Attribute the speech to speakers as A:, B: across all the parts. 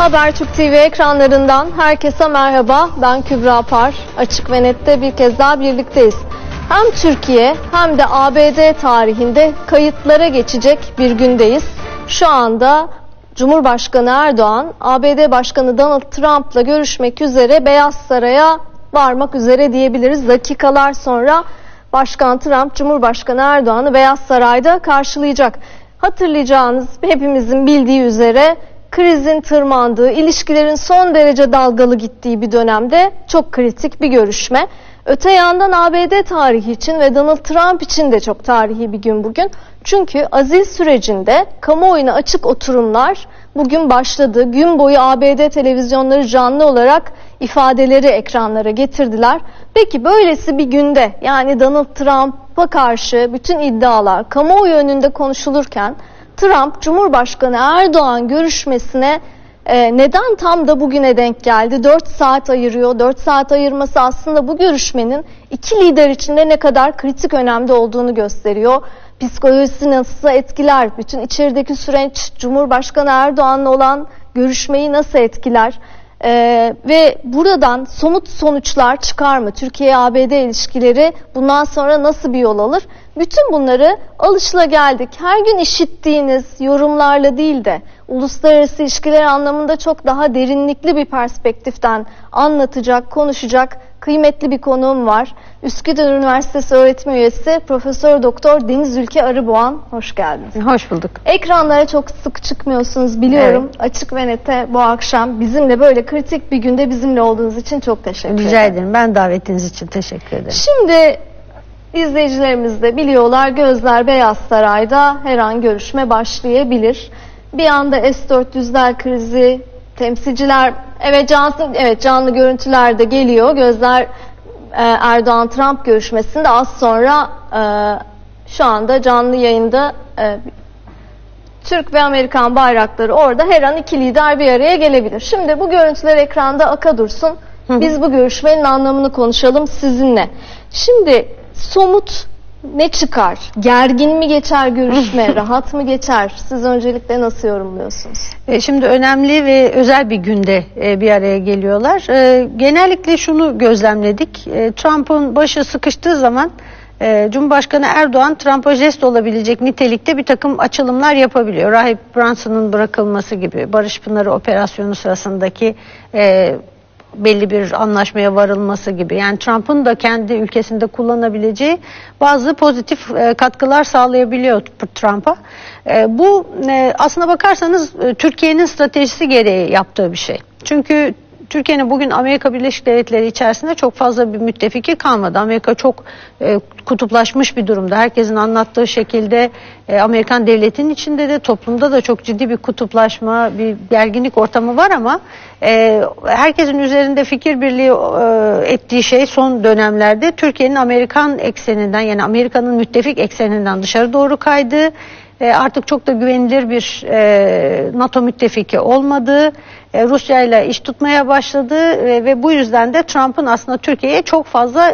A: Habertürk TV ekranlarından herkese merhaba. Ben Kübra Par. Açık ve Net'te bir kez daha birlikteyiz. Hem Türkiye hem de ABD tarihinde kayıtlara geçecek bir gündeyiz. Şu anda Cumhurbaşkanı Erdoğan, ABD Başkanı Donald Trump'la görüşmek üzere Beyaz Saray'a varmak üzere diyebiliriz. Dakikalar sonra Başkan Trump, Cumhurbaşkanı Erdoğan'ı Beyaz Saray'da karşılayacak. Hatırlayacağınız, hepimizin bildiği üzere krizin tırmandığı, ilişkilerin son derece dalgalı gittiği bir dönemde çok kritik bir görüşme. Öte yandan ABD tarihi için ve Donald Trump için de çok tarihi bir gün bugün. Çünkü azil sürecinde kamuoyuna açık oturumlar bugün başladı. Gün boyu ABD televizyonları canlı olarak ifadeleri ekranlara getirdiler. Peki böylesi bir günde, yani Donald Trump'a karşı bütün iddialar kamuoyu önünde konuşulurken Trump, Cumhurbaşkanı Erdoğan görüşmesine neden tam da bugüne denk geldi? 4 saat ayırıyor. 4 saat ayırması aslında bu görüşmenin iki lider için de ne kadar kritik önemde olduğunu gösteriyor. Psikolojisi nasıl etkiler? Bütün içerideki süreç Cumhurbaşkanı Erdoğan'la olan görüşmeyi nasıl etkiler? Ve buradan somut sonuçlar çıkar mı? Türkiye-ABD ilişkileri bundan sonra nasıl bir yol alır? Bütün bunları alışılageldik, her gün işittiğiniz yorumlarla değil de uluslararası ilişkiler anlamında çok daha derinlikli bir perspektiften anlatacak, konuşacak kıymetli bir konuğum var. Üsküdar Üniversitesi öğretim üyesi Profesör Doktor Deniz Ülke Arıboğan, hoş geldiniz.
B: Hoş bulduk.
A: Ekranlara çok sık çıkmıyorsunuz biliyorum. Evet. Açık ve Net'e bu akşam bizimle böyle kritik bir günde bizimle olduğunuz için çok teşekkür ederim.
B: Rica ederim. Ben davetiniz için teşekkür ederim.
A: Şimdi izleyicilerimiz de biliyorlar, gözler Beyaz Saray'da, her an görüşme başlayabilir. Bir anda S-400'ler krizi, temsilciler, canlı görüntüler de geliyor. Gözler Erdoğan-Trump görüşmesinde az sonra şu anda canlı yayında Türk ve Amerikan bayrakları orada, her an iki lider bir araya gelebilir. Şimdi bu görüntüler ekranda aka dursun. Biz bu görüşmenin anlamını konuşalım sizinle. Şimdi somut ne çıkar? Gergin mi geçer görüşme? Rahat mı geçer? Siz öncelikle nasıl yorumluyorsunuz?
B: Şimdi önemli ve özel bir günde bir araya geliyorlar. Genellikle şunu gözlemledik. Trump'ın başı sıkıştığı zaman Cumhurbaşkanı Erdoğan Trump'a jest olabilecek nitelikte bir takım açılımlar yapabiliyor. Rahip Brunson'un bırakılması gibi, Barış Pınarı operasyonu sırasındaki belli bir anlaşmaya varılması gibi. Yani Trump'ın da kendi ülkesinde kullanabileceği bazı pozitif katkılar sağlayabiliyor Trump'a. Bu aslına bakarsanız Türkiye'nin stratejisi gereği yaptığı bir şey. Çünkü Türkiye'nin bugün Amerika Birleşik Devletleri içerisinde çok fazla bir müttefiki kalmadı. Amerika çok kutuplaşmış bir durumda. Herkesin anlattığı şekilde Amerikan devletinin içinde de toplumda da çok ciddi bir kutuplaşma, bir gerginlik ortamı var ama herkesin üzerinde fikir birliği ettiği şey son dönemlerde Türkiye'nin Amerikan ekseninden, yani Amerika'nın müttefik ekseninden dışarı doğru kaydığı, artık çok da güvenilir bir NATO müttefiki olmadığı, Rusya ile iş tutmaya başladı ve bu yüzden de Trump'ın aslında Türkiye'ye çok fazla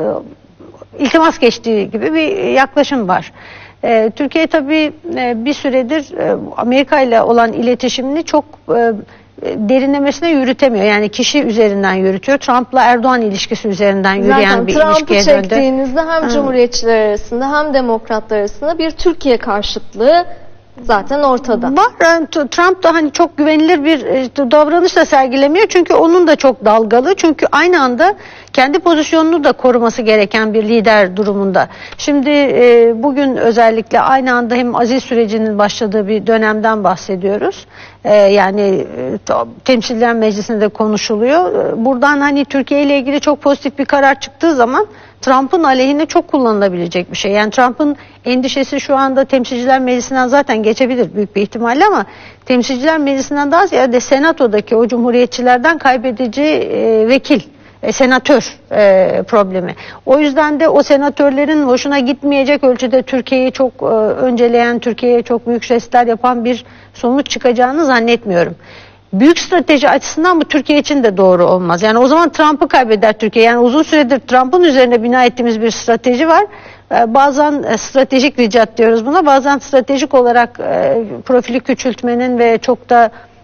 B: iltimas geçtiği gibi bir yaklaşım var. Türkiye tabii bir süredir Amerika ile olan iletişimini çok derinlemesine yürütemiyor. Yani kişi üzerinden yürütüyor. Trump'la Erdoğan ilişkisi üzerinden yürüyen
A: zaten
B: bir
A: Trump'ı
B: ilişkiye döndü.
A: çektiğinizde hem Cumhuriyetçiler arasında hem Demokratlar arasında bir Türkiye karşıtlığı zaten ortada.
B: Var. Trump da hani çok güvenilir bir davranış da sergilemiyor. Çünkü onun da çok dalgalı. Çünkü aynı anda kendi pozisyonunu da koruması gereken bir lider durumunda. Şimdi bugün özellikle aynı anda hem azil sürecinin başladığı bir dönemden bahsediyoruz. Yani Temsilciler Meclisi'nde konuşuluyor. Buradan hani Türkiye ile ilgili çok pozitif bir karar çıktığı zaman Trump'ın aleyhine çok kullanılabilecek bir şey. Yani Trump'ın endişesi şu anda Temsilciler Meclisi'nden zaten geçebilir büyük bir ihtimalle ama Temsilciler Meclisi'nden daha ziyade Senato'daki o cumhuriyetçilerden kaybedici vekil, senatör problemi. O yüzden de o senatörlerin hoşuna gitmeyecek ölçüde Türkiye'yi çok önceleyen, Türkiye'ye çok büyük jestler yapan bir sonuç çıkacağını zannetmiyorum. Büyük strateji açısından bu Türkiye için de doğru olmaz. Yani o zaman Trump'ı kaybeder Türkiye. Yani uzun süredir Trump'ın üzerine bina ettiğimiz bir strateji var. Bazen stratejik ricat diyoruz buna. Bazen stratejik olarak profili küçültmenin ve çok da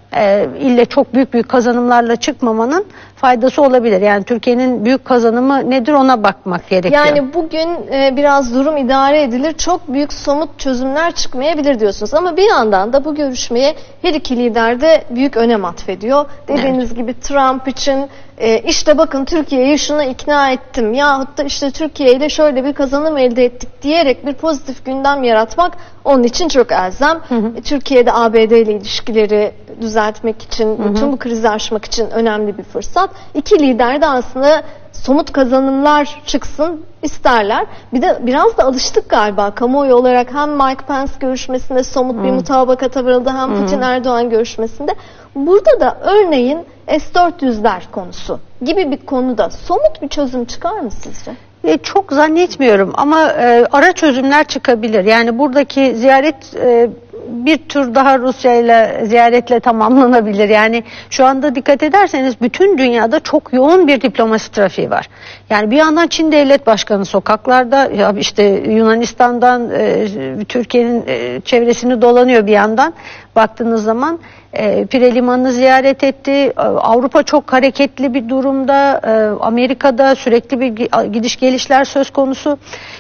B: ille çok büyük kazanımlarla çıkmamanın faydası olabilir. Yani Türkiye'nin büyük kazanımı nedir ona bakmak gerekiyor.
A: Yani bugün biraz durum idare edilir, çok büyük somut çözümler çıkmayabilir diyorsunuz. Ama bir yandan da bu görüşmeye her iki lider de büyük önem atfediyor. Dediğiniz gibi Trump için işte bakın Türkiye'yi şuna ikna ettim yahut da işte Türkiye ile şöyle bir kazanım elde ettik diyerek bir pozitif gündem yaratmak onun için çok elzem. Türkiye'de ABD ile ilişkileri düzeltmek için, bütün bu krizi aşmak için önemli bir fırsat. İki lider de aslında somut kazanımlar çıksın isterler. Bir de biraz da alıştık galiba kamuoyu olarak hem Mike Pence görüşmesinde somut bir mutabakata varıldı hem Putin-Erdoğan görüşmesinde. Burada da örneğin S-400'ler konusu gibi bir konuda somut bir çözüm çıkar mı sizce?
B: Çok zannetmiyorum ama ara çözümler çıkabilir. Yani buradaki ziyaret bir tür daha Rusya ile ziyaretle tamamlanabilir. Yani şu anda dikkat ederseniz bütün dünyada çok yoğun bir diplomasi trafiği var. Yani bir yandan Çin Devlet Başkanı sokaklarda, işte Yunanistan'dan Türkiye'nin çevresini dolanıyor bir yandan. Baktığınız zaman Pire Limanı'nı ziyaret etti. Avrupa çok hareketli bir durumda. Amerika'da sürekli bir gidiş gelişler söz konusu.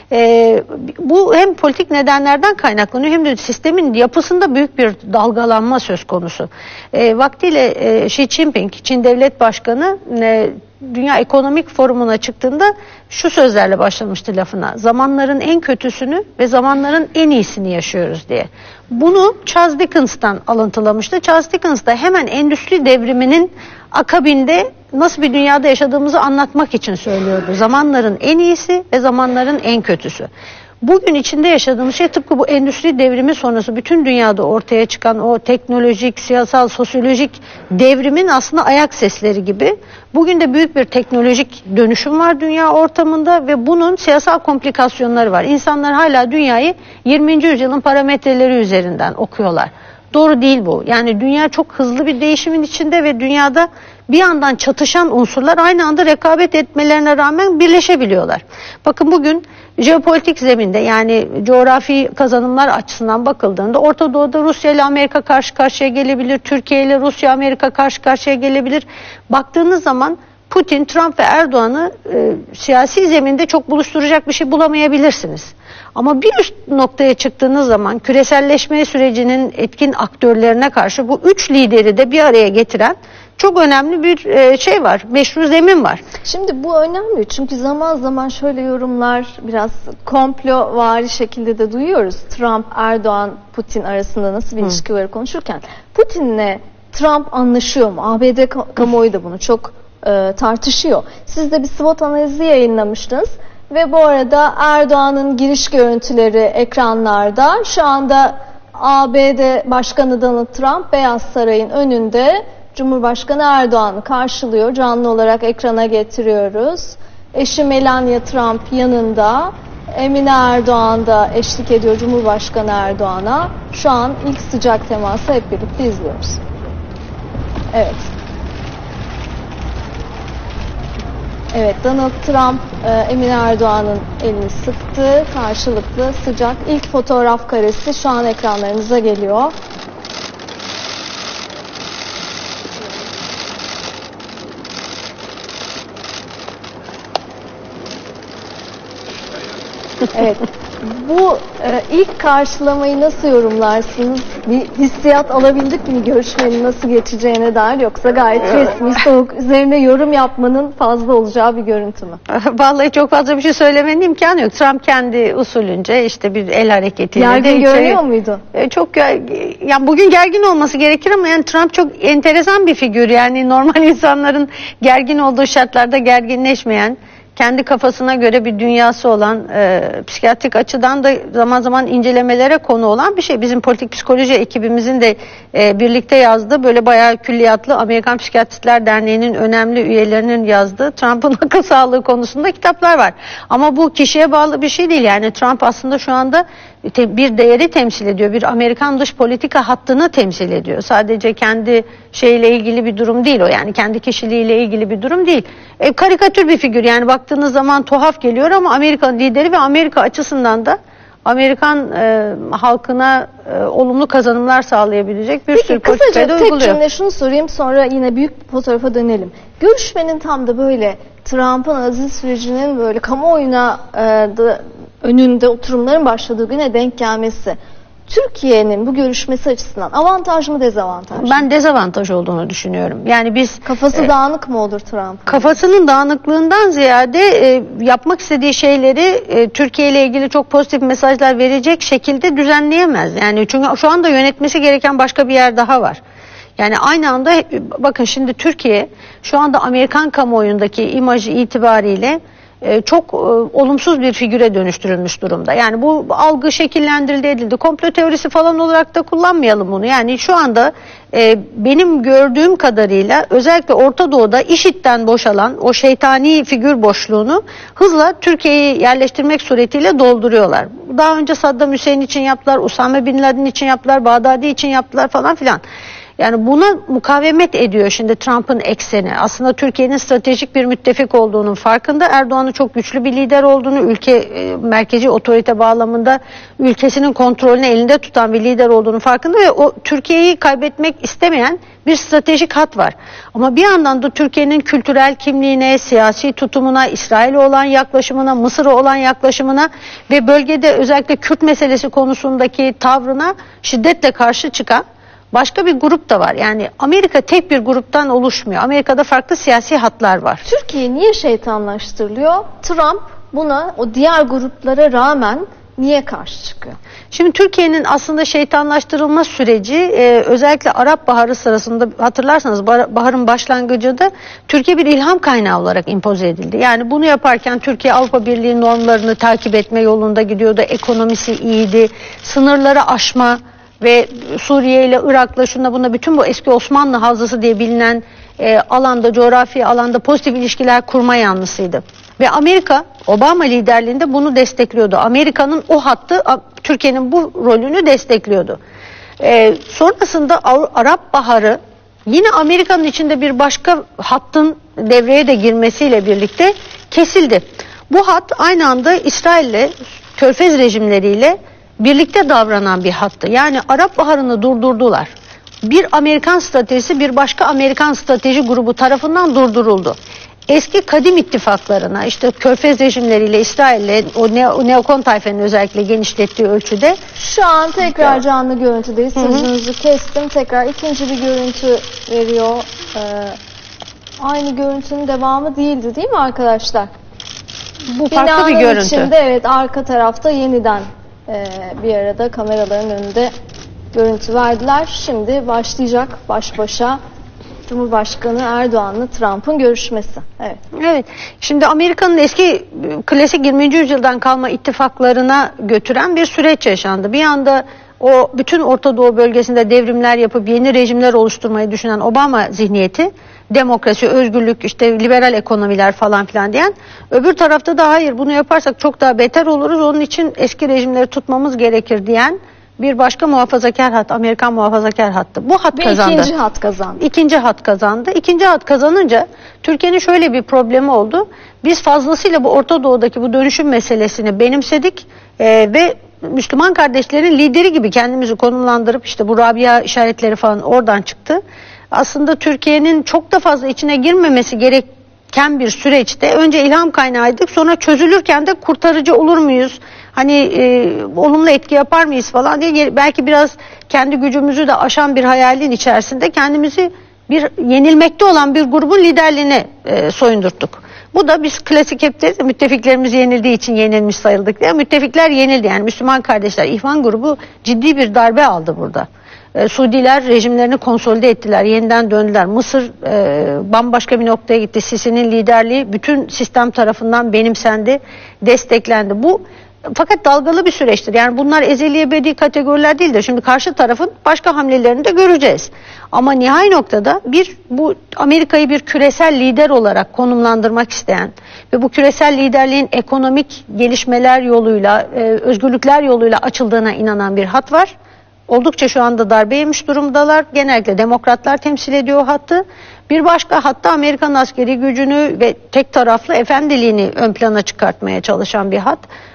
B: Bu hem politik nedenlerden kaynaklanıyor hem de sistemin yapısında büyük bir dalgalanma söz konusu. Vaktiyle Xi Jinping, Çin Devlet Başkanı Dünya Ekonomik Forumu'na çıktığında şu sözlerle başlamıştı lafına. Zamanların en kötüsünü ve zamanların en iyisini yaşıyoruz diye. Bunu Charles Dickens'tan alıntılamıştı. Charles Dickens da hemen endüstri devriminin akabinde nasıl bir dünyada yaşadığımızı anlatmak için söylüyordu. Zamanların en iyisi ve zamanların en kötüsü. Bugün içinde yaşadığımız şey tıpkı bu endüstri devrimi sonrası bütün dünyada ortaya çıkan o teknolojik, siyasal, sosyolojik devrimin aslında ayak sesleri gibi. Bugün de büyük bir teknolojik dönüşüm var dünya ortamında ve bunun siyasal komplikasyonları var. İnsanlar hala dünyayı 20. yüzyılın parametreleri üzerinden okuyorlar. Doğru değil bu. Yani dünya çok hızlı bir değişimin içinde ve dünyada bir yandan çatışan unsurlar aynı anda rekabet etmelerine rağmen birleşebiliyorlar. Bakın bugün jeopolitik zeminde yani coğrafi kazanımlar açısından bakıldığında Orta Doğu'da Rusya ile Amerika karşı karşıya gelebilir, Türkiye ile Rusya Amerika karşı karşıya gelebilir. Baktığınız zaman Putin, Trump ve Erdoğan'ı siyasi zeminde çok buluşturacak bir şey bulamayabilirsiniz. Ama bir üst noktaya çıktığınız zaman küreselleşme sürecinin etkin aktörlerine karşı bu üç lideri de bir araya getiren çok önemli bir şey var, meşru zemin var.
A: Şimdi bu önemli çünkü zaman zaman şöyle yorumlar biraz komplovari şekilde de duyuyoruz. Trump, Erdoğan, Putin arasında nasıl bir ilişki var konuşurken. Putin'le Trump anlaşıyor mu? ABD kamuoyu da bunu çok tartışıyor. Siz de bir SWOT analizi yayınlamıştınız. Ve bu arada Erdoğan'ın giriş görüntüleri ekranlarda. Şu anda ABD Başkanı Donald Trump Beyaz Saray'ın önünde Cumhurbaşkanı Erdoğan'ı karşılıyor. Canlı olarak ekrana getiriyoruz. Eşi Melania Trump yanında. Emine Erdoğan da eşlik ediyor Cumhurbaşkanı Erdoğan'a. Şu an ilk sıcak teması hep birlikte izliyoruz. Evet. Evet, Donald Trump Emine Erdoğan'ın elini sıktı. Karşılıklı sıcak ilk fotoğraf karesi şu an ekranlarınıza geliyor. Evet. Bu ilk karşılamayı nasıl yorumlarsınız? Bir hissiyat alabildik mi görüşmenin nasıl geçeceğine dair yoksa gayet resmi, soğuk, üzerine yorum yapmanın fazla olacağı bir görüntü mü?
B: Vallahi çok fazla bir şey söylemenin imkanı yok. Trump kendi usulünce işte bir el hareketiyle
A: gergin görünüyor muydu?
B: Çok yani bugün gergin olması gerekir ama yani Trump çok enteresan bir figür. Yani normal insanların gergin olduğu şartlarda gerginleşmeyen, kendi kafasına göre bir dünyası olan, psikiyatrik açıdan da zaman zaman incelemelere konu olan bir şey. Bizim politik psikoloji ekibimizin de birlikte yazdığı böyle bayağı külliyatlı Amerikan Psikiyatristler Derneği'nin önemli üyelerinin yazdığı Trump'ın akıl sağlığı konusunda kitaplar var. Ama bu kişiye bağlı bir şey değil. Yani Trump aslında şu anda bir değeri temsil ediyor. Bir Amerikan dış politika hattını temsil ediyor. Sadece kendi şeyle ilgili bir durum değil o. Yani kendi kişiliğiyle ilgili bir durum değil. Karikatür bir figür. Yani baktığınız zaman tuhaf geliyor ama Amerikan lideri ve Amerika açısından da Amerikan halkına olumlu kazanımlar sağlayabilecek bir sürü politikayı da uyguluyor.
A: Tek cümle şunu sorayım, sonra yine büyük fotoğrafa dönelim. Görüşmenin tam da böyle Trump'ın azil sürecinin böyle kamuoyuna önünde oturumların başladığı güne denk gelmesi, Türkiye'nin bu görüşmesi açısından avantaj mı, dezavantaj mı?
B: Ben dezavantaj olduğunu düşünüyorum. Yani biz
A: kafası dağınık mı olur Trump?
B: Kafasının dağınıklığından ziyade yapmak istediği şeyleri Türkiye ile ilgili çok pozitif mesajlar verecek şekilde düzenleyemez. Yani çünkü şu anda yönetmesi gereken başka bir yer daha var. Yani aynı anda bakın şimdi Türkiye şu anda Amerikan kamuoyundaki imajı itibariyle çok olumsuz bir figüre dönüştürülmüş durumda. Yani bu algı şekillendirildi, edildi. Komplo teorisi falan olarak da kullanmayalım bunu. Yani şu anda benim gördüğüm kadarıyla özellikle Orta Doğu'da IŞİD'den boşalan o şeytani figür boşluğunu hızla Türkiye'yi yerleştirmek suretiyle dolduruyorlar. Daha önce Saddam Hüseyin için yaptılar, Usame Bin Laden için yaptılar, Bağdadi için yaptılar falan filan. Yani buna mukavemet ediyor şimdi Trump'ın ekseni. Aslında Türkiye'nin stratejik bir müttefik olduğunun farkında. Erdoğan'ın çok güçlü bir lider olduğunu, ülke merkezi otorite bağlamında ülkesinin kontrolünü elinde tutan bir lider olduğunun farkında ve o Türkiye'yi kaybetmek istemeyen bir stratejik hat var. Ama bir yandan da Türkiye'nin kültürel kimliğine, siyasi tutumuna, İsrail'e olan yaklaşımına, Mısır'a olan yaklaşımına ve bölgede özellikle Kürt meselesi konusundaki tavrına şiddetle karşı çıkan başka bir grup da var. Yani Amerika tek bir gruptan oluşmuyor. Amerika'da farklı siyasi hatlar var.
A: Türkiye niye şeytanlaştırılıyor? Trump buna, o diğer gruplara rağmen niye karşı çıkıyor?
B: Şimdi Türkiye'nin aslında şeytanlaştırılma süreci özellikle Arap Baharı sırasında hatırlarsanız baharın başlangıcında Türkiye bir ilham kaynağı olarak empoze edildi. Yani bunu yaparken Türkiye Avrupa Birliği normlarını takip etme yolunda gidiyordu. Ekonomisi iyiydi. Sınırları aşma ve Suriye ile Irak'la şuna buna bütün bu eski Osmanlı havzası diye bilinen alanda, coğrafi alanda pozitif ilişkiler kurma yanlısıydı. Ve Amerika Obama liderliğinde bunu destekliyordu. Amerika'nın o hattı Türkiye'nin bu rolünü destekliyordu. Sonrasında Arap Baharı yine Amerika'nın içinde bir başka hattın devreye de girmesiyle birlikte kesildi. Bu hat aynı anda İsrail'le, Körfez rejimleriyle birlikte davranan bir hattı. Yani Arap Baharı'nı durdurdular. Bir Amerikan stratejisi bir başka Amerikan strateji grubu tarafından durduruldu. Eski kadim ittifaklarına, işte Körfez rejimleriyle, İsrail'le, o neokon tayfenin özellikle genişlettiği ölçüde.
A: Şu an tekrar canlı görüntüdeyiz. Sözünüzü kestim. Tekrar ikinci bir görüntü veriyor. Aynı görüntünün devamı değildi değil mi arkadaşlar?
B: Bu farklı bir görüntü.
A: Içinde, evet, arka tarafta yeniden bir arada kameraların önünde görüntü verdiler. Şimdi başlayacak baş başa Cumhurbaşkanı Erdoğan'la Trump'ın görüşmesi. Evet. Evet.
B: Şimdi Amerika'nın eski klasik 20. yüzyıldan kalma ittifaklarına götüren bir süreç yaşandı. Bir yanda o bütün Orta Doğu bölgesinde devrimler yapıp yeni rejimler oluşturmayı düşünen Obama zihniyeti, demokrasi, özgürlük, işte liberal ekonomiler falan filan diyen, öbür tarafta da hayır bunu yaparsak çok daha beter oluruz, onun için eski rejimleri tutmamız gerekir diyen bir başka muhafazakar hat, Amerikan muhafazakar hattı. Bu hat kazandı.
A: İkinci hat kazandı.
B: İkinci hat kazandı. İkinci hat kazanınca Türkiye'nin şöyle bir problemi oldu. Biz fazlasıyla bu Orta Doğu'daki bu dönüşüm meselesini benimsedik ve Müslüman kardeşlerin lideri gibi kendimizi konumlandırıp işte bu Rabia işaretleri falan oradan çıktı. Aslında Türkiye'nin çok da fazla içine girmemesi gereken bir süreçte önce ilham kaynağıydık, sonra çözülürken de kurtarıcı olur muyuz? Hani olumlu etki yapar mıyız falan diye belki biraz kendi gücümüzü de aşan bir hayalin içerisinde kendimizi bir yenilmekte olan bir grubun liderliğine soyundurttuk. Bu da biz klasik hep deriz, müttefiklerimiz yenildiği için yenilmiş sayıldık diye. Müttefikler yenildi, yani Müslüman kardeşler, İhvan grubu ciddi bir darbe aldı burada. Suudiler rejimlerini konsolide ettiler, yeniden döndüler. Mısır bambaşka bir noktaya gitti. Sisi'nin liderliği bütün sistem tarafından benimsendi, desteklendi. Bu fakat dalgalı bir süreçtir. Yani bunlar ezeli ebedi kategoriler değildir. Şimdi karşı tarafın başka hamlelerini de göreceğiz. Ama nihai noktada bu Amerika'yı bir küresel lider olarak konumlandırmak isteyen ve bu küresel liderliğin ekonomik gelişmeler yoluyla, özgürlükler yoluyla açıldığına inanan bir hat var. Oldukça şu anda darbe yemiş durumdalar. Genellikle demokratlar temsil ediyor o hattı. Bir başka hatta Amerikan askeri gücünü ve tek taraflı efendiliğini ön plana çıkartmaya çalışan bir hat.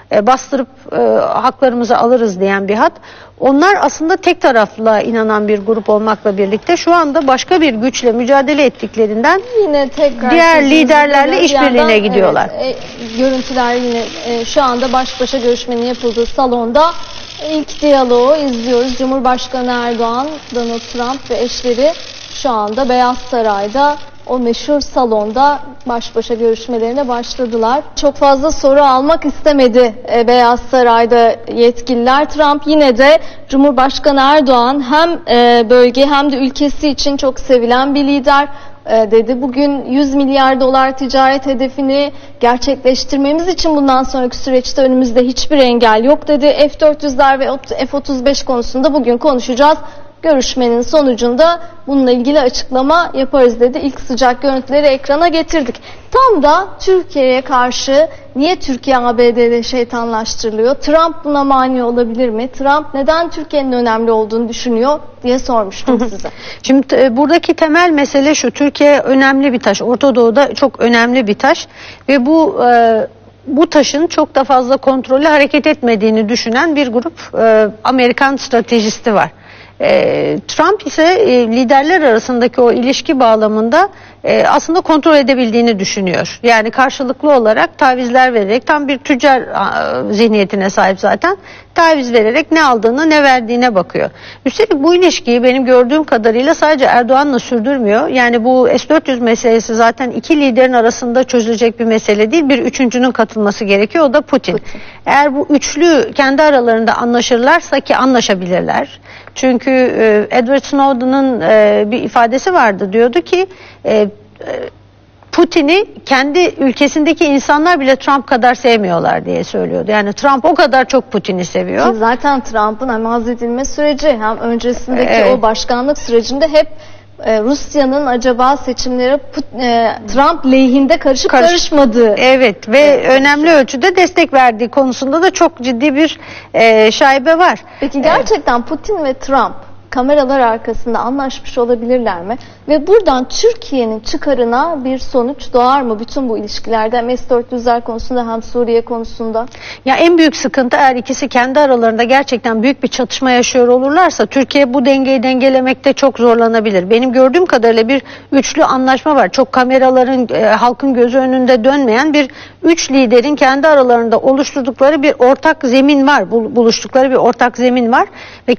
B: bastırıp haklarımızı alırız diyen bir hat. Onlar aslında tek taraflı inanan bir grup olmakla birlikte şu anda başka bir güçle mücadele ettiklerinden
A: yine tekrar
B: diğer liderlerle işbirliğine gidiyorlar.
A: Evet, görüntüler yine şu anda baş başa görüşmenin yapıldığı salonda ilk diyaloğu izliyoruz. Cumhurbaşkanı Erdoğan, Donald Trump ve eşleri şu anda Beyaz Saray'da o meşhur salonda baş başa görüşmelerine başladılar. Çok fazla soru almak istemedi Beyaz Saray'da yetkililer. Trump yine de Cumhurbaşkanı Erdoğan hem bölge hem de ülkesi için çok sevilen bir lider dedi. Bugün 100 milyar dolar ticaret hedefini gerçekleştirmemiz için bundan sonraki süreçte önümüzde hiçbir engel yok dedi. F-400'ler ve F-35 konusunda bugün konuşacağız. Görüşmenin sonucunda bununla ilgili açıklama yaparız dedi. İlk sıcak görüntüleri ekrana getirdik. Tam da Türkiye'ye karşı niye Türkiye ABD'de şeytanlaştırılıyor? Trump buna mani olabilir mi? Trump neden Türkiye'nin önemli olduğunu düşünüyor diye sormuştum size.
B: Şimdi buradaki temel mesele şu: Türkiye önemli bir taş. Orta Doğu'da çok önemli bir taş ve bu taşın çok da fazla kontrollü hareket etmediğini düşünen bir grup Amerikan stratejisti var. Trump ise liderler arasındaki o ilişki bağlamında aslında kontrol edebildiğini düşünüyor. Yani karşılıklı olarak tavizler vererek, tam bir tüccar zihniyetine sahip zaten, taviz vererek ne aldığını ne verdiğine bakıyor. Üstelik bu ilişkiyi benim gördüğüm kadarıyla sadece Erdoğan'la sürdürmüyor. Yani bu S-400 meselesi zaten iki liderin arasında çözülecek bir mesele değil. Bir üçüncünün katılması gerekiyor, o da Putin. Eğer bu üçlü kendi aralarında anlaşırlarsa, ki anlaşabilirler. Çünkü Edward Snowden'ın bir ifadesi vardı. Diyordu ki Putin'i kendi ülkesindeki insanlar bile Trump kadar sevmiyorlar diye söylüyordu. Yani Trump o kadar çok Putin'i seviyor.
A: Ki zaten Trump'ın hem azledilme süreci hem öncesindeki o başkanlık sürecinde hep Rusya'nın acaba seçimlere Trump lehinde karışmadığı.
B: Evet ve önemli ölçüde destek verdiği konusunda da çok ciddi bir şaibe var.
A: Peki gerçekten Putin ve Trump kameralar arkasında anlaşmış olabilirler mi? Ve buradan Türkiye'nin çıkarına bir sonuç doğar mı bütün bu ilişkilerde, hem S-400'ler konusunda hem Suriye konusunda?
B: Ya en büyük sıkıntı, eğer ikisi kendi aralarında gerçekten büyük bir çatışma yaşıyor olurlarsa Türkiye bu dengeyi dengelemekte çok zorlanabilir. Benim gördüğüm kadarıyla bir üçlü anlaşma var. Çok kameraların, halkın gözü önünde dönmeyen bir üç liderin kendi aralarında oluşturdukları bir ortak zemin var. Buluştukları bir ortak zemin var ve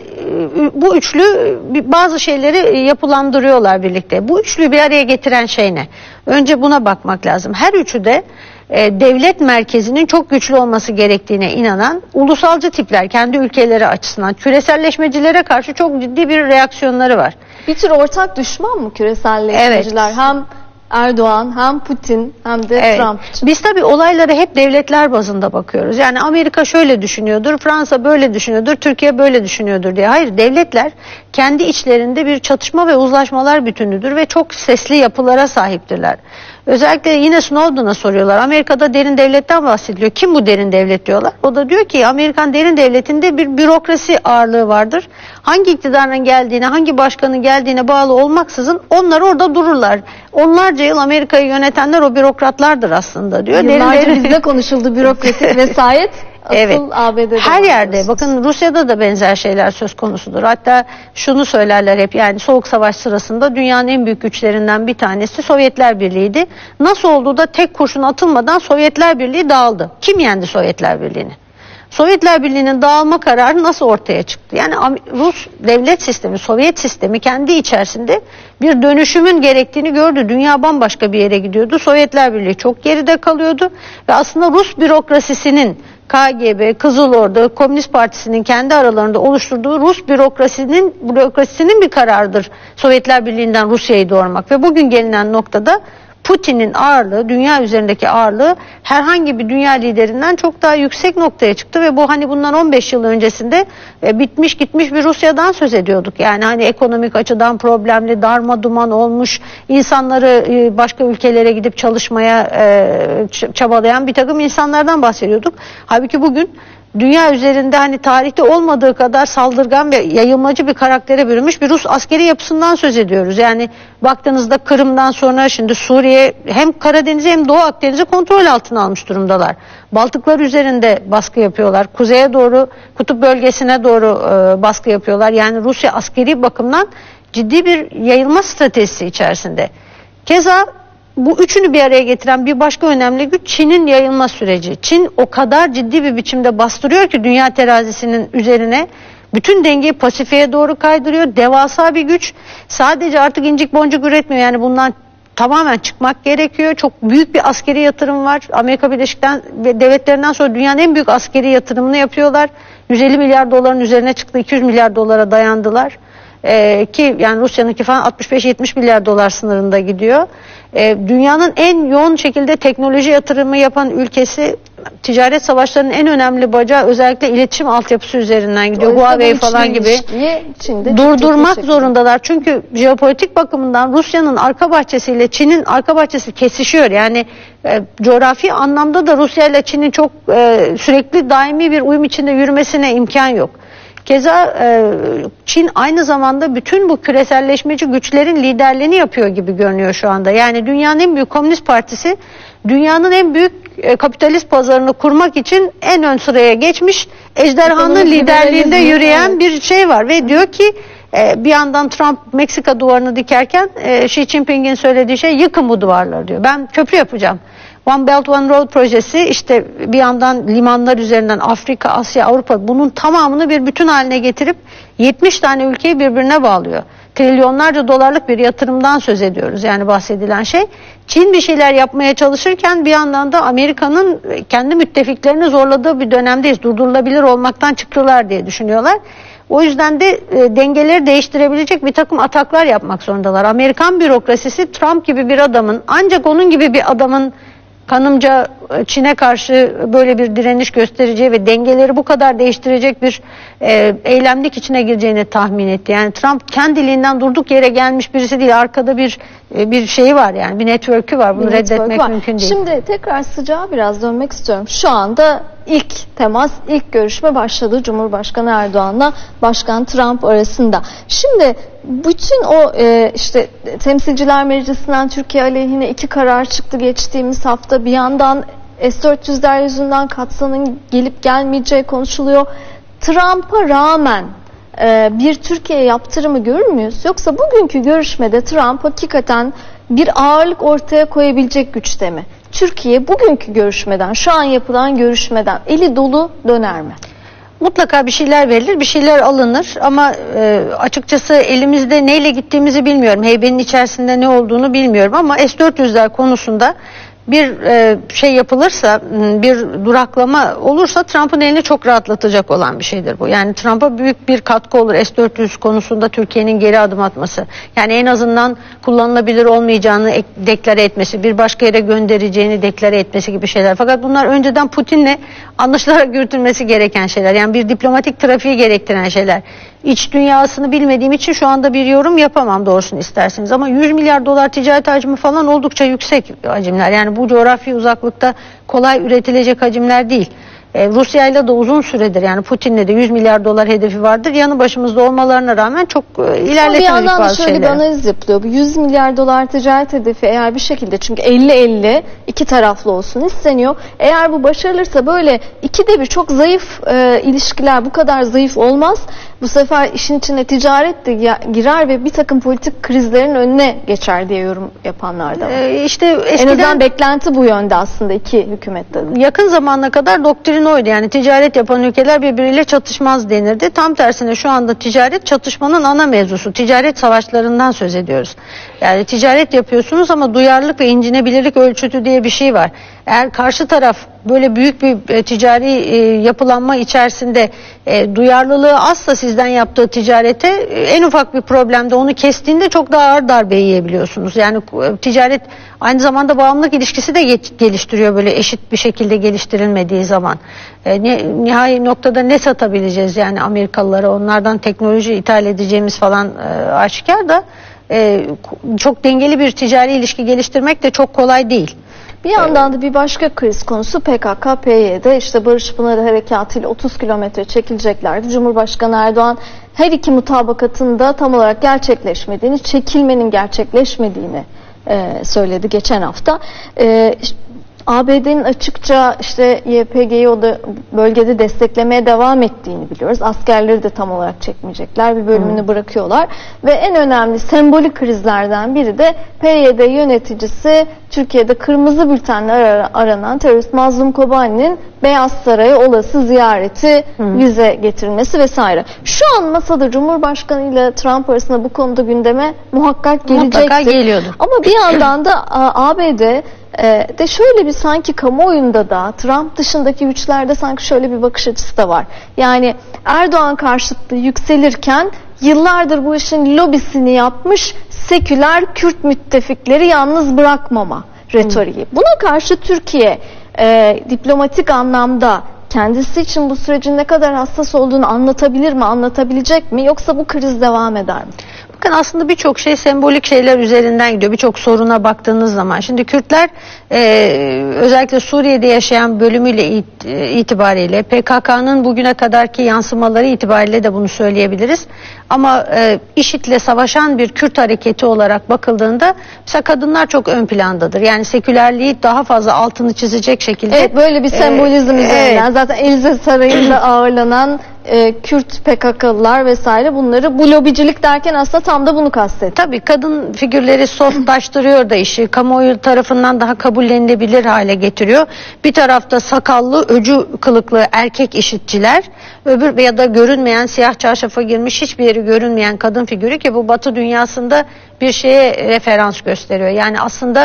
B: bu üçlü bazı şeyleri yapılandırıyorlar birlikte. Bu üçlüyü bir araya getiren şey ne? Önce buna bakmak lazım. Her üçü de devlet merkezinin çok güçlü olması gerektiğine inanan ulusalcı tipler, kendi ülkeleri açısından küreselleşmecilere karşı çok ciddi bir reaksiyonları var.
A: Bir tür ortak düşman mı küreselleşmeciler? Evet. Hem Erdoğan hem Putin hem de Trump için.
B: Biz tabii olaylara hep devletler bazında bakıyoruz. Yani Amerika şöyle düşünüyordur, Fransa böyle düşünüyordur, Türkiye böyle düşünüyordur diye. Hayır, devletler kendi içlerinde bir çatışma ve uzlaşmalar bütünüdür ve çok sesli yapılara sahiptirler. Özellikle yine Snowden'a soruyorlar. Amerika'da derin devletten bahsediliyor. Kim bu derin devlet diyorlar. O da diyor ki Amerikan derin devletinde bir bürokrasi ağırlığı vardır. Hangi iktidarın geldiğine, hangi başkanın geldiğine bağlı olmaksızın onlar orada dururlar. Onlarca yıl Amerika'yı yönetenler o bürokratlardır aslında diyor.
A: Yıllarca bizde konuşuldu bürokratik vesayet.
B: Evet.
A: ABD'de
B: her yerde, bakın Rusya'da da benzer şeyler söz konusudur. Hatta şunu söylerler hep, yani Soğuk Savaş sırasında dünyanın en büyük güçlerinden bir tanesi Sovyetler Birliği'ydi. Nasıl oldu da tek kurşun atılmadan Sovyetler Birliği dağıldı? Kim yendi Sovyetler Birliği'ni? Sovyetler Birliği'nin dağılma kararı nasıl ortaya çıktı? Yani Rus devlet sistemi, Sovyet sistemi kendi içerisinde bir dönüşümün gerektiğini gördü. Dünya bambaşka bir yere gidiyordu. Sovyetler Birliği çok geride kalıyordu ve aslında Rus bürokrasisinin, KGB, Kızıl Ordu, Komünist Partisi'nin kendi aralarında oluşturduğu Rus bürokrasisinin bir kararıdır Sovyetler Birliği'nden Rusya'yı doğurmak. Ve bugün gelinen noktada Putin'in ağırlığı, dünya üzerindeki ağırlığı herhangi bir dünya liderinden çok daha yüksek noktaya çıktı ve bu hani bundan 15 yıl öncesinde bitmiş gitmiş bir Rusya'dan söz ediyorduk. Yani hani ekonomik açıdan problemli, darma duman olmuş, insanları başka ülkelere gidip çalışmaya çabalayan bir takım insanlardan bahsediyorduk. Halbuki bugün dünya üzerinde hani tarihte olmadığı kadar saldırgan ve yayılmacı bir karaktere bürünmüş bir Rus askeri yapısından söz ediyoruz. Yani baktığınızda Kırım'dan sonra şimdi Suriye hem Karadeniz'i hem Doğu Akdeniz'i kontrol altına almış durumdalar. Baltıklar üzerinde baskı yapıyorlar. Kuzeye doğru, kutup bölgesine doğru baskı yapıyorlar. Yani Rusya askeri bakımdan ciddi bir yayılma stratejisi içerisinde. Keza bu üçünü bir araya getiren bir başka önemli güç Çin'in yayılma süreci. Çin o kadar ciddi bir biçimde bastırıyor ki dünya terazisinin üzerine bütün dengeyi Pasifik'e doğru kaydırıyor. Devasa bir güç. Sadece artık incik boncuk üretmiyor. Yani bundan tamamen çıkmak gerekiyor. Çok büyük bir askeri yatırım var. Amerika Birleşik Devletleri'nden sonra dünyanın en büyük askeri yatırımını yapıyorlar. 150 milyar doların üzerine çıktı. 200 milyar dolara dayandılar. Ki yani Rusya'nınki falan 65-70 milyar dolar sınırında gidiyor. Dünyanın en yoğun şekilde teknoloji yatırımı yapan ülkesi, ticaret savaşlarının en önemli bacağı özellikle iletişim altyapısı üzerinden gidiyor. Huawei falan gibi durdurmak zorundalar. Çünkü jeopolitik bakımından Rusya'nın arka bahçesiyle Çin'in arka bahçesi kesişiyor. Yani coğrafi anlamda da Rusya ile Çin'in çok sürekli daimi bir uyum içinde yürümesine imkan yok. Keza Çin aynı zamanda bütün bu küreselleşmeci güçlerin liderliğini yapıyor gibi görünüyor şu anda. Yani dünyanın en büyük komünist partisi dünyanın en büyük kapitalist pazarını kurmak için en ön sıraya geçmiş, ejderhanın liderliğinde yürüyen bir şey var ve diyor ki bir yandan Trump Meksika duvarını dikerken Xi Jinping'in söylediği şey yıkın bu duvarları diyor. Ben köprü yapacağım. One Belt One Road projesi işte bir yandan limanlar üzerinden Afrika, Asya, Avrupa bunun tamamını bir bütün haline getirip 70 tane ülkeyi birbirine bağlıyor. Trilyonlarca dolarlık bir yatırımdan söz ediyoruz yani bahsedilen şey. Çin bir şeyler yapmaya çalışırken bir yandan da Amerika'nın kendi müttefiklerini zorladığı bir dönemdeyiz. Durdurulabilir olmaktan çıktılar diye düşünüyorlar. O yüzden de dengeleri değiştirebilecek bir takım ataklar yapmak zorundalar. Amerikan bürokrasisi Trump gibi bir adamın ancak onun gibi bir adamın kanımca Çin'e karşı böyle bir direniş göstereceği ve dengeleri bu kadar değiştirecek bir eylemlik içine gireceğini tahmin etti. Yani Trump kendiliğinden durduk yere gelmiş birisi değil. Arkada bir şeyi var yani bir network'ü var. Bunu reddetmek mümkün değil.
A: Şimdi tekrar sıcağa biraz dönmek istiyorum. Şu anda ilk temas, ilk görüşme başladı Cumhurbaşkanı Erdoğan'la Başkan Trump arasında. Şimdi bütün o işte Temsilciler Meclisi'nden Türkiye aleyhine 2 karar çıktı geçtiğimiz hafta. Bir yandan S-400'ler yüzünden Katsa'nın gelip gelmeyeceği konuşuluyor. Trump'a rağmen bir Türkiye yaptırımı görür müyüz? Yoksa bugünkü görüşmede Trump hakikaten bir ağırlık ortaya koyabilecek güçte mi? Türkiye bugünkü görüşmeden, şu an yapılan görüşmeden eli dolu döner mi?
B: Mutlaka bir şeyler verilir, bir şeyler alınır ama açıkçası elimizde neyle gittiğimizi bilmiyorum. Heybenin içerisinde ne olduğunu bilmiyorum ama S-400'ler konusunda bir şey yapılırsa, bir duraklama olursa Trump'ın elini çok rahatlatacak olan bir şeydir bu. Yani Trump'a büyük bir katkı olur S-400 konusunda Türkiye'nin geri adım atması. Yani en azından kullanılabilir olmayacağını deklare etmesi, bir başka yere göndereceğini deklare etmesi gibi şeyler. Fakat bunlar önceden Putin'le anlaşılarak yürütülmesi gereken şeyler. Yani bir diplomatik trafiği gerektiren şeyler. İç dünyasını bilmediğim için şu anda bir yorum yapamam doğrusunu isterseniz. Ama 100 milyar dolar ticaret hacmi falan oldukça yüksek hacimler. Yani bu coğrafi uzaklıkta kolay üretilecek hacimler değil. Rusya ile de uzun süredir yani Putin'le de 100 milyar dolar hedefi vardır. Yanı başımızda olmalarına rağmen çok ilerletemedik bazı şeyler. Bir yandan da şöyle bir analiz yapılıyor. Bu 100 milyar dolar ticaret hedefi eğer bir şekilde çünkü 50-50 iki taraflı olsun isteniyor. Eğer bu başarılırsa böyle ikide bir çok zayıf ilişkiler bu kadar zayıf olmaz. Bu sefer işin içine ticaret de girer ve bir takım politik krizlerin önüne geçer diye yorum yapanlar da var. İşte eskiden, en azından beklenti bu yönde aslında iki hükümette. Yakın zamana kadar doktrin oydu. Yani ticaret yapan ülkeler birbiriyle çatışmaz denirdi. Tam tersine şu anda ticaret çatışmanın ana mevzusu. Ticaret savaşlarından söz ediyoruz. Yani ticaret yapıyorsunuz ama duyarlılık ve incinebilirlik ölçütü diye bir şey var. Eğer karşı taraf böyle büyük bir ticari yapılanma içerisinde duyarlılığı azsa sizden yaptığı ticarete en ufak bir problemde onu kestiğinde çok daha ağır darbe yiyebiliyorsunuz. Yani ticaret aynı zamanda bağımlılık ilişkisi de geliştiriyor böyle eşit bir şekilde geliştirilmediği zaman. Nihai noktada ne satabileceğiz yani Amerikalılara onlardan teknoloji ithal edeceğimiz falan aşikar da çok dengeli bir ticari ilişki geliştirmek de çok kolay değil.
A: Bir yandan da bir başka kriz konusu PKK-PYD. İşte Barış Pınarı Harekatı ile 30 kilometre çekileceklerdi. Cumhurbaşkanı Erdoğan her iki mutabakatın da tam olarak gerçekleşmediğini, çekilmenin gerçekleşmediğini söyledi geçen hafta. ABD'nin açıkça işte YPG'yi o da bölgede desteklemeye devam ettiğini biliyoruz. Askerleri de tam olarak çekmeyecekler. Bir bölümünü bırakıyorlar. Ve en önemli sembolik krizlerden biri de PYD yöneticisi Türkiye'de kırmızı bültenler aranan terörist Mazlum Kobani'nin Beyaz Saray'a olası ziyareti, vize getirilmesi vesaire. Şu an masada Cumhurbaşkanı ile Trump arasında bu konuda gündeme muhakkak gelecektir.
B: Mutlaka geliyordu.
A: Ama bir yandan da ABD de şöyle bir sanki kamuoyunda da Trump dışındaki güçlerde sanki şöyle bir bakış açısı da var. Yani Erdoğan karşıtlığı yükselirken yıllardır bu işin lobisini yapmış seküler Kürt müttefikleri yalnız bırakmama retoriği. Buna karşı Türkiye diplomatik anlamda kendisi için bu sürecin ne kadar hassas olduğunu anlatabilir mi, anlatabilecek mi, yoksa bu kriz devam eder mi?
B: Bakın aslında birçok şey sembolik şeyler üzerinden gidiyor. Birçok soruna baktığınız zaman. Şimdi Kürtler özellikle Suriye'de yaşayan bölümüyle itibariyle PKK'nın bugüne kadarki yansımaları itibariyle de bunu söyleyebiliriz. Ama IŞİD'le savaşan bir Kürt hareketi olarak bakıldığında mesela kadınlar çok ön plandadır. Yani sekülerliği daha fazla altını çizecek şekilde.
A: Evet, böyle bir sembolizm üzerinden. Zaten Elize Sarayı'nda ağırlanan Kürt PKK'lılar vesaire, bunları bu lobicilik derken aslında tam da bunu kastetti.
B: Tabii kadın figürleri softlaştırıyor da işi, kamuoyu tarafından daha kabullenilebilir hale getiriyor. Bir tarafta sakallı, öcü kılıklı erkek IŞİD'ciler, öbür ya da görünmeyen, siyah çarşafa girmiş, hiçbir yeri görünmeyen kadın figürü, ki bu Batı dünyasında bir şeye referans gösteriyor. Yani aslında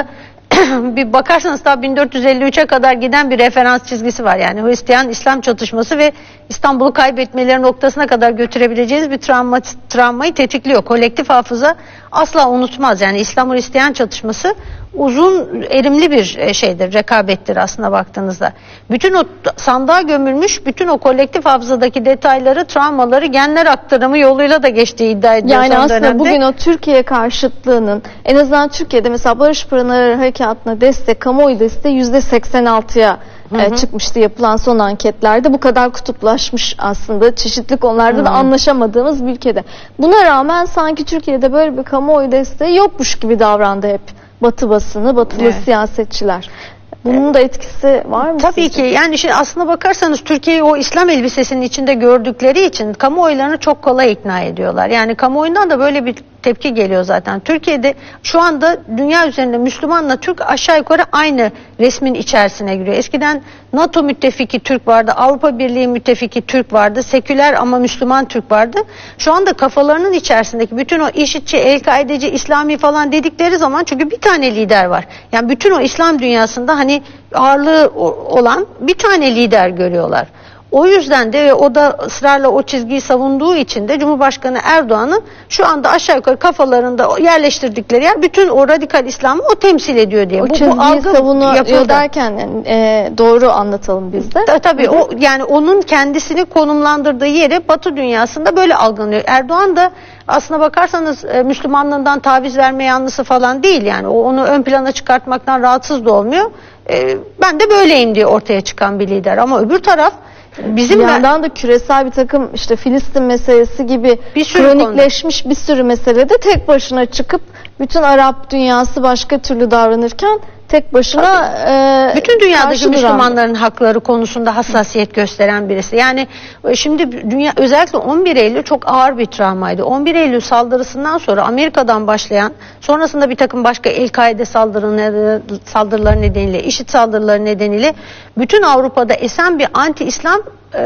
B: bir bakarsanız daha 1453'e kadar giden bir referans çizgisi var. Yani Hristiyan-İslam çatışması ve İstanbul'u kaybetmeleri noktasına kadar götürebileceğiniz bir travmayı tetikliyor. Kolektif hafıza asla unutmaz. Yani İslam-Hristiyan çatışması uzun erimli bir şeydir, rekabettir aslında baktığınızda. Bütün o sandığa gömülmüş, bütün o kolektif hafızadaki detayları, travmaları genler aktarımı yoluyla da geçtiği iddia ediliyor.
A: Yani aslında dönemde bugün o Türkiye karşıtlığının, en azından Türkiye'de mesela Barış Pınarı Harekatı'na destek, kamuoyu desteği %86'ya çıkmıştı yapılan son anketlerde. Bu kadar kutuplaşmış aslında, çeşitli konularda da anlaşamadığımız bir ülkede. Buna rağmen sanki Türkiye'de böyle bir kamuoyu desteği yokmuş gibi davrandı hep Batı basını, batılı siyasetçiler. Bunun da etkisi var mı?
B: Tabii ki. Yani şimdi aslına bakarsanız Türkiye'yi o İslam elbisesinin içinde gördükleri için kamuoylarını çok kolay ikna ediyorlar. Yani kamuoyundan da böyle bir tepki geliyor zaten. Türkiye'de şu anda dünya üzerinde Müslümanla Türk aşağı yukarı aynı resmin içerisine giriyor. Eskiden NATO müttefiki Türk vardı, Avrupa Birliği müttefiki Türk vardı, seküler ama Müslüman Türk vardı. Şu anda kafalarının içerisindeki bütün o IŞİD'ci, El-Kaideci, İslami falan dedikleri zaman, çünkü bir tane lider var. Yani bütün o İslam dünyasında hani ağırlığı olan bir tane lider görüyorlar. O yüzden de, ve o da ısrarla o çizgiyi savunduğu için de Cumhurbaşkanı Erdoğan'ın şu anda aşağı yukarı kafalarında yerleştirdikleri yer bütün o radikal İslam'ı o temsil ediyor diye.
A: O çizgiyi savunuyor derken doğru anlatalım biz de.
B: Tabii o, yani onun kendisini konumlandırdığı yeri Batı dünyasında böyle algılanıyor. Erdoğan da aslına bakarsanız Müslümanlığından taviz verme yanlısı falan değil, yani onu ön plana çıkartmaktan rahatsız da olmuyor. Ben de böyleyim diye ortaya çıkan bir lider, ama öbür taraf bizim
A: bir yandan da küresel bir takım işte Filistin meselesi gibi kronikleşmiş bir sürü meselede tek başına çıkıp bütün Arap dünyası başka türlü davranırken tek başına
B: bütün dünyadaki Müslümanların hakları konusunda hassasiyet gösteren birisi. Yani şimdi dünya, özellikle 11 Eylül çok ağır bir travmaydı. 11 Eylül saldırısından sonra Amerika'dan başlayan, sonrasında bir takım başka El-Kaide saldırıları nedeniyle, IŞİD saldırıları nedeniyle bütün Avrupa'da esen bir anti-İslam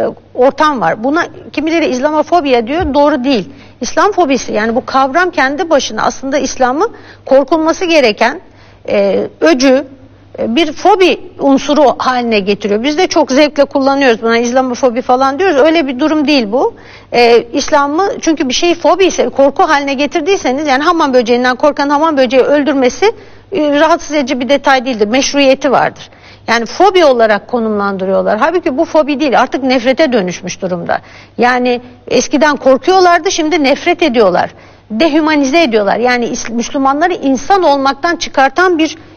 B: ortam var. Buna kimileri İslamofobiya diyor, doğru değil. İslam fobisi, yani bu kavram kendi başına aslında İslam'ı korkulması gereken öcü bir fobi unsuru haline getiriyor. Biz de çok zevkle kullanıyoruz buna, İslamofobi falan diyoruz. Öyle bir durum değil bu. İslam'ı, çünkü bir şey fobi ise, korku haline getirdiyseniz, yani hamam böceğinden korkan hamam böceği öldürmesi rahatsız edici bir detay değildir. Meşruiyeti vardır. Yani fobi olarak konumlandırıyorlar. Halbuki bu fobi değil, artık nefrete dönüşmüş durumda. Yani eskiden korkuyorlardı, şimdi nefret ediyorlar. Dehumanize ediyorlar. Yani Müslümanları insan olmaktan çıkartan bir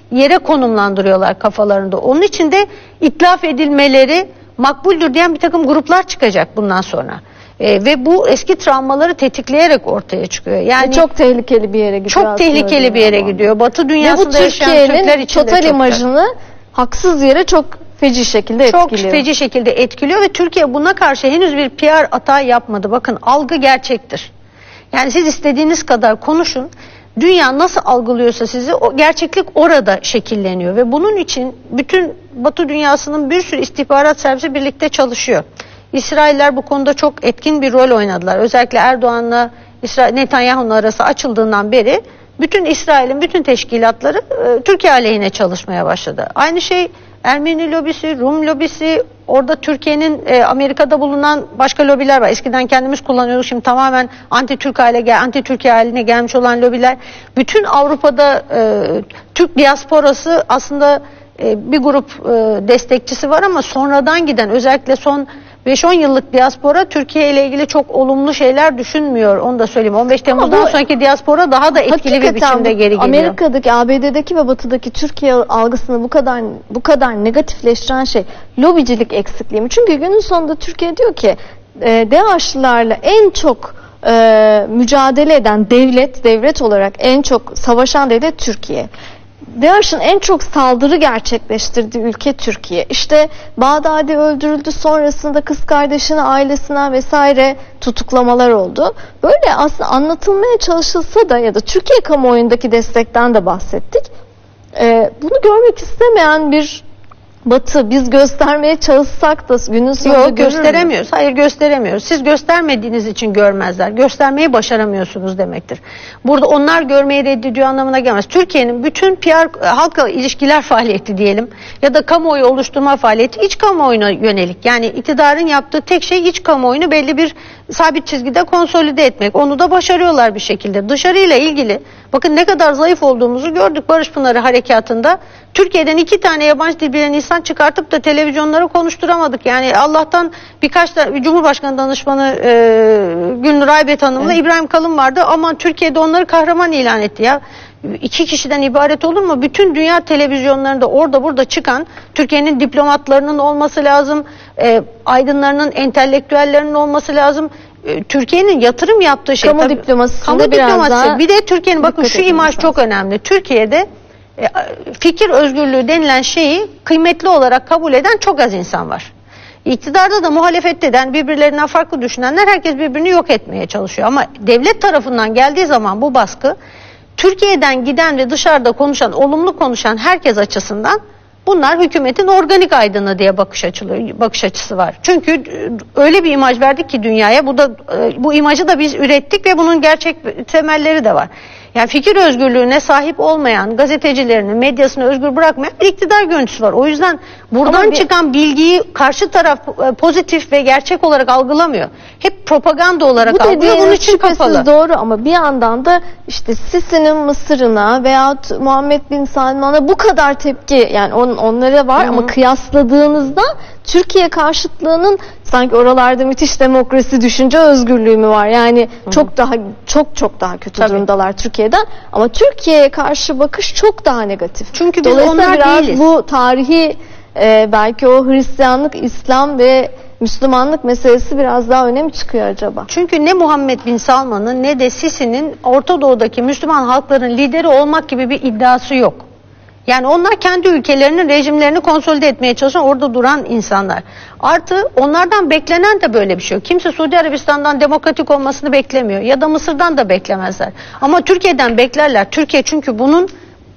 B: yere konumlandırıyorlar kafalarında. Onun için de itlaf edilmeleri makbuldür diyen bir takım gruplar çıkacak bundan sonra. Ve bu eski travmaları tetikleyerek ortaya çıkıyor. Yani
A: çok tehlikeli bir yere gidiyor.
B: Çok tehlikeli bir yere gidiyor. Batı dünyasında yaşayan Türkler için de
A: total imajını haksız yere çok feci şekilde etkiliyor.
B: Çok feci şekilde etkiliyor ve Türkiye buna karşı henüz bir PR hata yapmadı. Bakın, algı gerçektir. Yani siz istediğiniz kadar konuşun. Dünya nasıl algılıyorsa sizi, o gerçeklik orada şekilleniyor ve bunun için bütün Batı dünyasının bir sürü istihbarat servisi birlikte çalışıyor. İsrailler bu konuda çok etkin bir rol oynadılar. Özellikle Erdoğan'la Netanyahu'nun arası açıldığından beri bütün İsrail'in bütün teşkilatları Türkiye aleyhine çalışmaya başladı. Aynı şey Ermeni lobisi, Rum lobisi, orada Türkiye'nin Amerika'da bulunan başka lobiler var. Eskiden kendimiz kullanıyorduk, şimdi tamamen anti-Türkiye haline gelmiş olan lobiler. Bütün Avrupa'da Türk diasporası aslında bir grup destekçisi var ama sonradan giden, özellikle son 5-10 yıllık diaspora Türkiye ile ilgili çok olumlu şeyler düşünmüyor. Onu da söyleyeyim. 15 Temmuz'dan sonraki diaspora daha da etkili bir biçimde geri geliyor.
A: Amerika'daki, ABD'deki ve Batı'daki Türkiye algısını bu kadar negatifleştiren şey lobicilik eksikliği mi? Çünkü günün sonunda Türkiye diyor ki DAEŞ'lilerle en çok mücadele eden devlet olarak en çok savaşan devlet Türkiye. DAEŞ'in en çok saldırı gerçekleştirdiği ülke Türkiye. İşte Bağdadi öldürüldü, sonrasında kız kardeşine, ailesine vesaire tutuklamalar oldu. Böyle aslında anlatılmaya çalışılsa da, ya da Türkiye kamuoyundaki destekten de bahsettik. Bunu görmek istemeyen bir Batı, biz göstermeye çalışsak da günün sonunda
B: gösteremiyoruz. Hayır, gösteremiyoruz. Siz göstermediğiniz için görmezler. Göstermeyi başaramıyorsunuz demektir. Burada onlar görmeyi reddediyor anlamına gelmez. Türkiye'nin bütün PR, halkla ilişkiler faaliyeti diyelim ya da kamuoyu oluşturma faaliyeti iç kamuoyuna yönelik. Yani iktidarın yaptığı tek şey iç kamuoyunu belli bir sabit çizgide konsolide etmek. Onu da başarıyorlar bir şekilde. Dışarıyla ilgili bakın ne kadar zayıf olduğumuzu gördük Barış Pınarı Harekatı'nda. Türkiye'den 2 tane yabancı dil bilen insan çıkartıp da televizyonlara konuşturamadık. Yani Allah'tan birkaç da Cumhurbaşkanı danışmanı Gülnur Aybet Hanım'la İbrahim Kalın vardı. Ama Türkiye'de onları kahraman ilan etti ya. 2 kişiden ibaret olur mu? Bütün dünya televizyonlarında orada burada çıkan Türkiye'nin diplomatlarının olması lazım, aydınlarının, entelektüellerinin olması lazım. Türkiye'nin yatırım yaptığı şey.
A: Kamu diplomasisinde
B: biraz daha. Bir de Türkiye'nin, bakın şu imaj çok önemli. Türkiye'de fikir özgürlüğü denilen şeyi kıymetli olarak kabul eden çok az insan var. İktidarda da muhalefette de birbirlerinden farklı düşünenler, herkes birbirini yok etmeye çalışıyor. Ama devlet tarafından geldiği zaman bu baskı, Türkiye'den giden ve dışarıda konuşan, olumlu konuşan herkes açısından bunlar hükümetin organik aydını diye bakış açısı var. Çünkü öyle bir imaj verdik ki dünyaya, bu imajı da biz ürettik ve bunun gerçek temelleri de var. Yani fikir özgürlüğüne sahip olmayan, gazetecilerini, medyasını özgür bırakmayan bir iktidar görüntüsü var. O yüzden buradan çıkan bilgiyi karşı taraf pozitif ve gerçek olarak algılamıyor. Hep propaganda olarak algılıyor. Bunun için kapalı.
A: Doğru, ama bir yandan da işte Sisi'nin Mısır'ına veyahut Muhammed Bin Salman'a bu kadar tepki, yani onlara var. Ama kıyasladığınızda Türkiye karşıtlığının sanki oralarda müthiş demokrasi, düşünce özgürlüğü mü var? Yani çok daha kötü durumdalar Türkiye'den. Ama Türkiye'ye karşı bakış çok daha negatif.
B: Çünkü biz onlar değiliz.
A: Bu tarihi belki o Hristiyanlık, İslam ve Müslümanlık meselesi biraz daha öne mi çıkıyor acaba?
B: Çünkü ne Muhammed Bin Salman'ın ne de Sisi'nin Orta Doğu'daki Müslüman halkların lideri olmak gibi bir iddiası yok. Yani onlar kendi ülkelerinin rejimlerini konsolide etmeye çalışan, orada duran insanlar. Artı onlardan beklenen de böyle bir şey yok. Kimse Suudi Arabistan'dan demokratik olmasını beklemiyor. Ya da Mısır'dan da beklemezler. Ama Türkiye'den beklerler. Türkiye çünkü bunun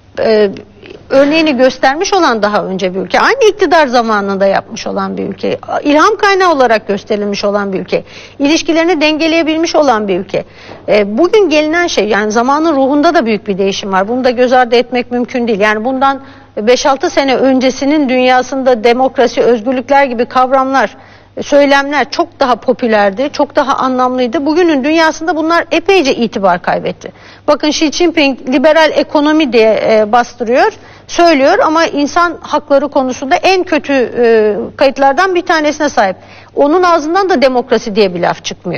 B: örneğini göstermiş olan daha önce bir ülke. Aynı iktidar zamanında yapmış olan bir ülke. İlham kaynağı olarak gösterilmiş olan bir ülke. İlişkilerini dengeleyebilmiş olan bir ülke. Bugün gelinen şey, yani zamanın ruhunda da büyük bir değişim var. Bunu da göz ardı etmek mümkün değil. Yani bundan 5-6 sene öncesinin dünyasında demokrasi, özgürlükler gibi kavramlar, söylemler çok daha popülerdi, çok daha anlamlıydı. Bugünün dünyasında bunlar epeyce itibar kaybetti. Bakın Xi Jinping liberal ekonomi diye bastırıyor, söylüyor ama insan hakları konusunda en kötü kayıtlardan bir tanesine sahip. Onun ağzından da demokrasi diye bir laf çıkmıyor.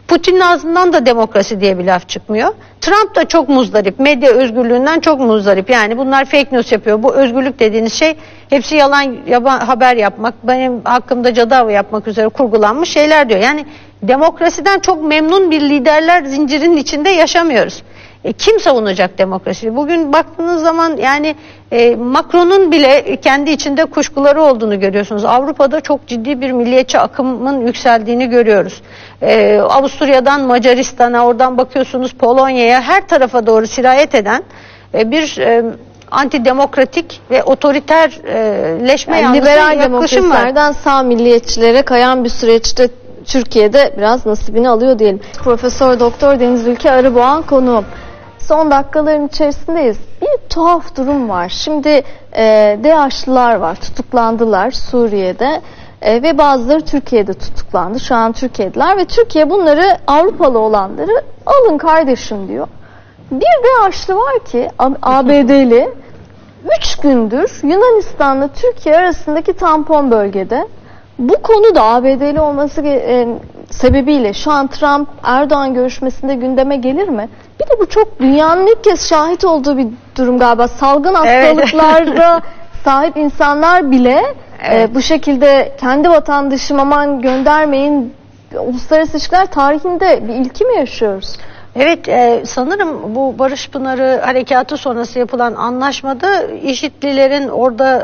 B: Putin'in ağzından da demokrasi diye bir laf çıkmıyor. Trump da çok muzdarip. Medya özgürlüğünden çok muzdarip. Yani bunlar fake news yapıyor. Bu özgürlük dediğiniz şey hepsi yalan haber yapmak, benim hakkımda cadı avı yapmak üzere kurgulanmış şeyler diyor. Yani demokrasiden çok memnun bir liderler zincirinin içinde yaşamıyoruz. Kim savunacak demokrasiyi? Bugün baktığınız zaman yani Macron'un bile kendi içinde kuşkuları olduğunu görüyorsunuz. Avrupa'da çok ciddi bir milliyetçi akımın yükseldiğini görüyoruz. Avusturya'dan Macaristan'a, oradan bakıyorsunuz Polonya'ya, her tarafa doğru sirayet eden bir antidemokratik ve otoriterleşme
A: yani liberal
B: yaklaşım var.
A: demokrasilerden sağ milliyetçilere kayan bir süreçte Türkiye'de biraz nasibini alıyor diyelim. Profesör Doktor Deniz Ülke Arıboğan konuğum. Son dakikaların içerisindeyiz. Bir tuhaf durum var. Şimdi DAEŞ'lılar var. Tutuklandılar Suriye'de ve bazıları Türkiye'de tutuklandı. Şu an Türkiye'deler ve Türkiye bunları, Avrupalı olanları alın kardeşim diyor. Bir DAEŞ'lı var ki ABD'li 3 gündür Yunanistan'la Türkiye arasındaki tampon bölgede. Bu konu da ABD'li olması sebebiyle şu an Trump-Erdoğan görüşmesinde gündeme gelir mi? Bir de bu çok dünyanın ilk kez şahit olduğu bir durum galiba. Salgın hastalıklara sahip insanlar bile bu şekilde kendi vatandaşım aman göndermeyin, uluslararası ilişkiler tarihinde bir ilki mi yaşıyoruz?
B: Evet, sanırım bu Barış Pınarı harekatı sonrası yapılan anlaşmada IŞİD'lilerin orada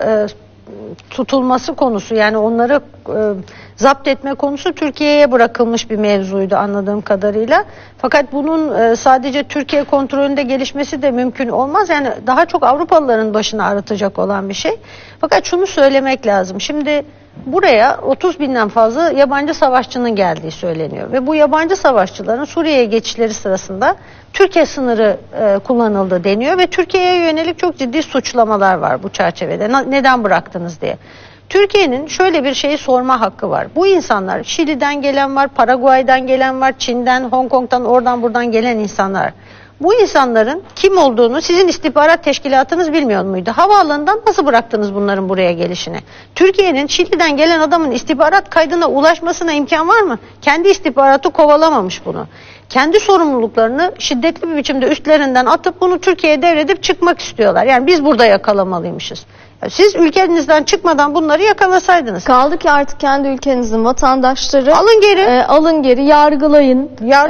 B: tutulması konusu, yani onları zapt etme konusu Türkiye'ye bırakılmış bir mevzuydu anladığım kadarıyla. Fakat bunun sadece Türkiye kontrolünde gelişmesi de mümkün olmaz. Yani daha çok Avrupalıların başını ağrıtacak olan bir şey. Fakat şunu söylemek lazım. Şimdi buraya 30 binden fazla yabancı savaşçının geldiği söyleniyor. Ve bu yabancı savaşçıların Suriye'ye geçişleri sırasında Türkiye sınırı kullanıldı deniyor. Ve Türkiye'ye yönelik çok ciddi suçlamalar var bu çerçevede. Neden bıraktınız diye. Türkiye'nin şöyle bir şeyi sorma hakkı var. Bu insanlar Şili'den gelen var, Paraguay'dan gelen var, Çin'den, Hong Kong'dan, oradan buradan gelen insanlar. Bu insanların kim olduğunu sizin istihbarat teşkilatınız bilmiyor muydu? Havaalanından nasıl bıraktınız bunların buraya gelişini? Türkiye'nin Şili'den gelen adamın istihbarat kaydına ulaşmasına imkan var mı? Kendi istihbaratı kovalamamış bunu. Kendi sorumluluklarını şiddetli bir biçimde üstlerinden atıp bunu Türkiye'ye devredip çıkmak istiyorlar. Yani biz burada yakalamalıymışız. Siz ülkenizden çıkmadan bunları yakalasaydınız.
A: Kaldı ki artık kendi ülkenizin vatandaşları
B: alın geri,
A: alın geri, yargılayın.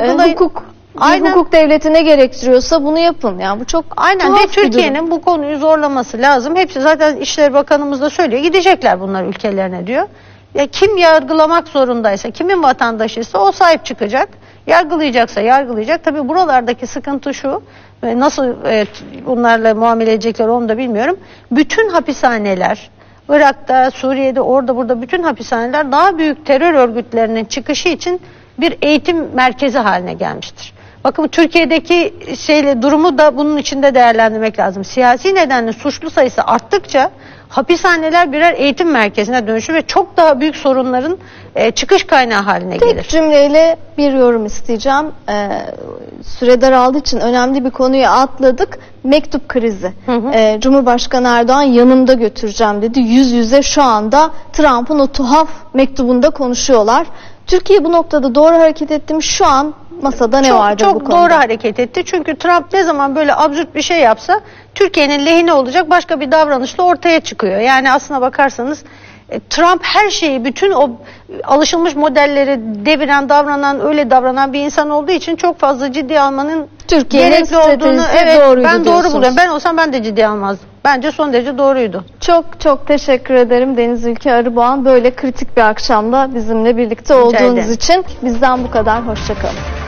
A: Hukuk devleti ne gerektiriyorsa bunu yapın. Yani bu çok
B: aynen, ve Türkiye'nin bu konuyu zorlaması lazım. Hepsi zaten İçişleri Bakanımız da söylüyor. Gidecekler bunlar ülkelerine diyor. Ya kim yargılamak zorundaysa, kimin vatandaşıysa o sahip çıkacak. Yargılayacaksa yargılayacak. Tabii buralardaki sıkıntı şu. Nasıl bunlarla muamele edecekler onu da bilmiyorum. Bütün hapishaneler, Irak'ta, Suriye'de, orada burada bütün hapishaneler daha büyük terör örgütlerinin çıkışı için bir eğitim merkezi haline gelmiştir. Bakın Türkiye'deki durumu da bunun içinde değerlendirmek lazım. Siyasi nedenle suçlu sayısı arttıkça hapishaneler birer eğitim merkezine dönüşür ve çok daha büyük sorunların çıkış kaynağı haline gelir.
A: Tek cümleyle bir yorum isteyeceğim. Süre daraldığı için önemli bir konuyu atladık. Mektup krizi. Cumhurbaşkanı Erdoğan yanımda götüreceğim dedi. Yüz yüze şu anda Trump'ın o tuhaf mektubunda konuşuyorlar. Türkiye bu noktada doğru hareket etti mi? Şu an masada ne vardır bu konuda?
B: Çok doğru hareket etti. Çünkü Trump ne zaman böyle absürt bir şey yapsa Türkiye'nin lehine olacak başka bir davranışla ortaya çıkıyor. Yani aslına bakarsanız Trump her şeyi, bütün o alışılmış modelleri deviren, öyle davranan bir insan olduğu için çok fazla ciddiye almanın gerekli olduğunu ben doğru buluyorum. Ben olsam ben de ciddiye almazdım. Bence son derece doğruydu.
A: Çok teşekkür ederim Deniz Ülke Arıboğan. Böyle kritik bir akşamda bizimle birlikte olduğunuz için. Bizden bu kadar. Hoşça kalın.